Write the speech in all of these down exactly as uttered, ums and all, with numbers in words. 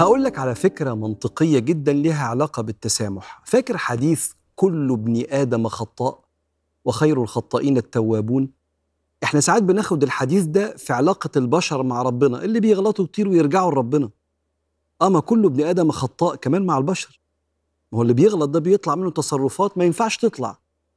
هقول لك على فكرة منطقية جدا لها علاقة بالتسامح. فاكر حديث كل ابن آدم خطاء وخير الخطائين التوابون؟ احنا ساعات بناخد الحديث ده في علاقة البشر مع ربنا، اللي بيغلطوا كتير ويرجعوا لربنا. اما كل ابن آدم خطاء كمان مع البشر، ما هو اللي بيغلط ده بيطلع منه تصرفات ما ينفعش تطلع.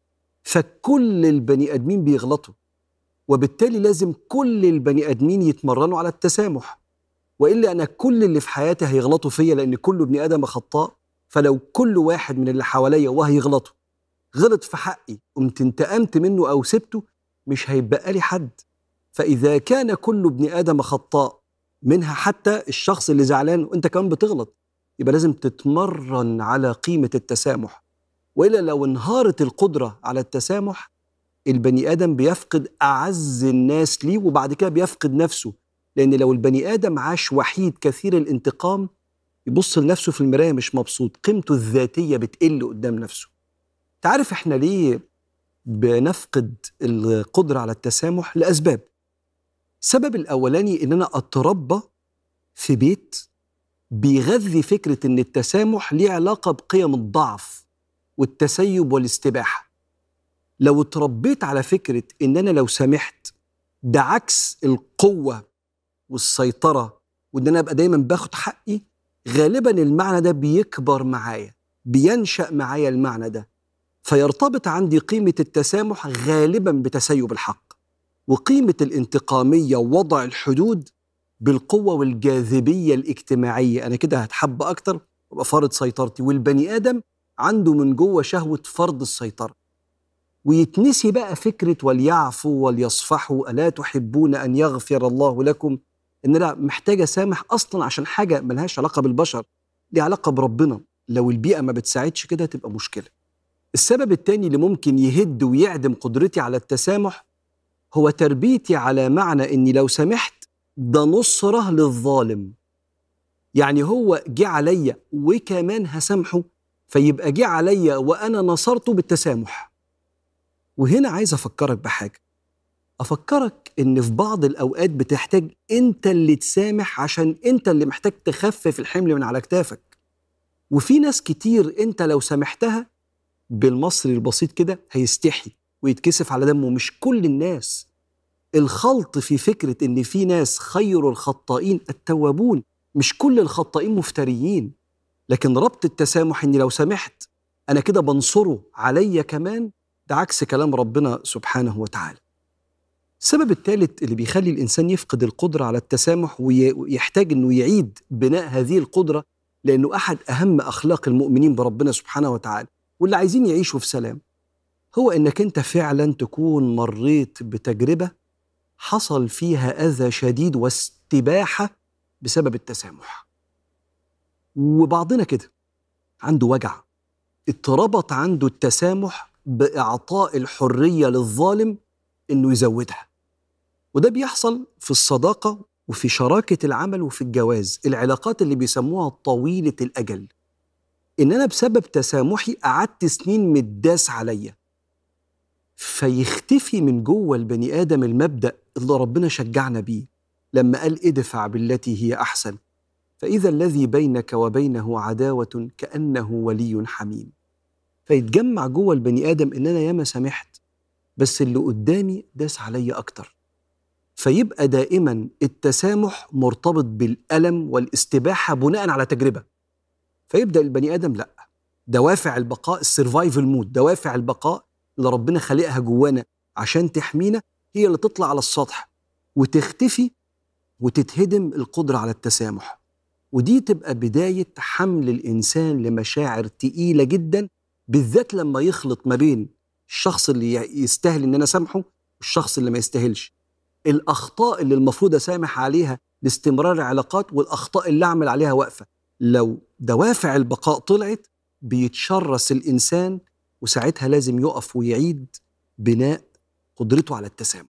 فكل البني آدمين بيغلطوا، وبالتالي لازم كل البني آدمين يتمرنوا على التسامح، وإلا أنا كل اللي في حياتي هيغلطوا فيا، لأن كل ابن آدم خطاء. فلو كل واحد من اللي حواليا وهيغلطوا غلط في حقي قمت انتقمت منه أو سبته، مش هيبقى لي حد. فإذا كان كل ابن آدم خطاء، منها حتى الشخص اللي زعلان وأنت كمان بتغلط، يبقى لازم تتمرن على قيمة التسامح. وإلا لو انهارت القدرة على التسامح، البني آدم بيفقد أعز الناس ليه، وبعد كده بيفقد نفسه. لأن لو البني آدم عاش وحيد كثير الانتقام، يبص لنفسه في المراية مش مبسوط، قيمته الذاتية بتقل قدام نفسه. تعرف احنا ليه بنفقد القدرة على التسامح؟ لأسباب. السبب الأولاني إن أنا أتربى في بيت بيغذي فكرة إن التسامح ليه علاقة بقيم الضعف والتسيب والاستباحة. لو اتربيت على فكرة إن أنا لو سامحت ده عكس القوة والسيطرة، وإن أنا أبقى دايما باخد حقي، غالبا المعنى ده بيكبر معايا، بينشأ معايا المعنى ده، فيرتبط عندي قيمة التسامح غالبا بتسيب الحق، وقيمة الانتقامية ووضع الحدود بالقوة والجاذبية الاجتماعية. أنا كده هتحب أكتر وأبقى فارض سيطرتي، والبني آدم عنده من جوه شهوة فرض السيطرة. ويتنسي بقى فكرة وليعفوا وليصفحوا ألا تحبون أن يغفر الله لكم، إن أنا محتاج أسامح أصلا عشان حاجة ملهاش علاقة بالبشر، دي علاقة بربنا. لو البيئة ما بتساعدش كده تبقى مشكلة. السبب التاني اللي ممكن يهد ويعدم قدرتي على التسامح هو تربيتي على معنى إني لو سامحت ده نصرة للظالم. يعني هو جه عليا وكمان هسامحه، فيبقى جه عليا وأنا نصرته بالتسامح. وهنا عايز أفكرك بحاجة، أفكرك إن في بعض الأوقات بتحتاج أنت اللي تسامح، عشان أنت اللي محتاج تخفف الحمل من على كتافك. وفي ناس كتير أنت لو سامحتها بالمصري البسيط كده هيستحي ويتكسف على دمه. مش كل الناس. الخلط في فكرة إن في ناس خير الخطائين التوابون، مش كل الخطائين مفتريين. لكن ربط التسامح إني لو سامحت أنا كده بنصره عليا كمان، ده عكس كلام ربنا سبحانه وتعالى. السبب الثالث اللي بيخلي الإنسان يفقد القدرة على التسامح ويحتاج أنه يعيد بناء هذه القدرة، لأنه أحد أهم أخلاق المؤمنين بربنا سبحانه وتعالى واللي عايزين يعيشوا في سلام، هو أنك أنت فعلا تكون مريت بتجربة حصل فيها أذى شديد واستباحة بسبب التسامح. وبعضنا كده عنده وجع اتربط عنده التسامح بإعطاء الحرية للظالم إنه يزودها. وده بيحصل في الصداقة وفي شراكة العمل وفي الجواز، العلاقات اللي بيسموها طويلة الأجل. إن أنا بسبب تسامحي قعدت سنين متداس عليا، فيختفي من جوه البني آدم المبدأ اللي ربنا شجعنا بيه لما قال ادفع بالتي هي أحسن فإذا الذي بينك وبينه عداوة كأنه ولي حميم. فيتجمع جوه البني آدم إن أنا ياما سامحت، بس اللي قدامي داس عليا أكتر. فيبقى دائما التسامح مرتبط بالألم والاستباحة بناء على تجربة. فيبدأ البني آدم لأ، دوافع البقاء، السيرفايفل مود، دوافع البقاء اللي ربنا خلقها جوانا عشان تحمينا، هي اللي تطلع على السطح وتختفي وتتهدم القدرة على التسامح. ودي تبقى بداية حمل الإنسان لمشاعر تقيلة جدا، بالذات لما يخلط ما بين الشخص اللي يستاهل إن أنا سامحه والشخص اللي ما يستاهلش، الأخطاء اللي المفروض أسامح عليها لاستمرار العلاقات والأخطاء اللي أعمل عليها وقفة. لو دوافع البقاء طلعت بيتشرس الإنسان، وساعتها لازم يقف ويعيد بناء قدرته على التسامح.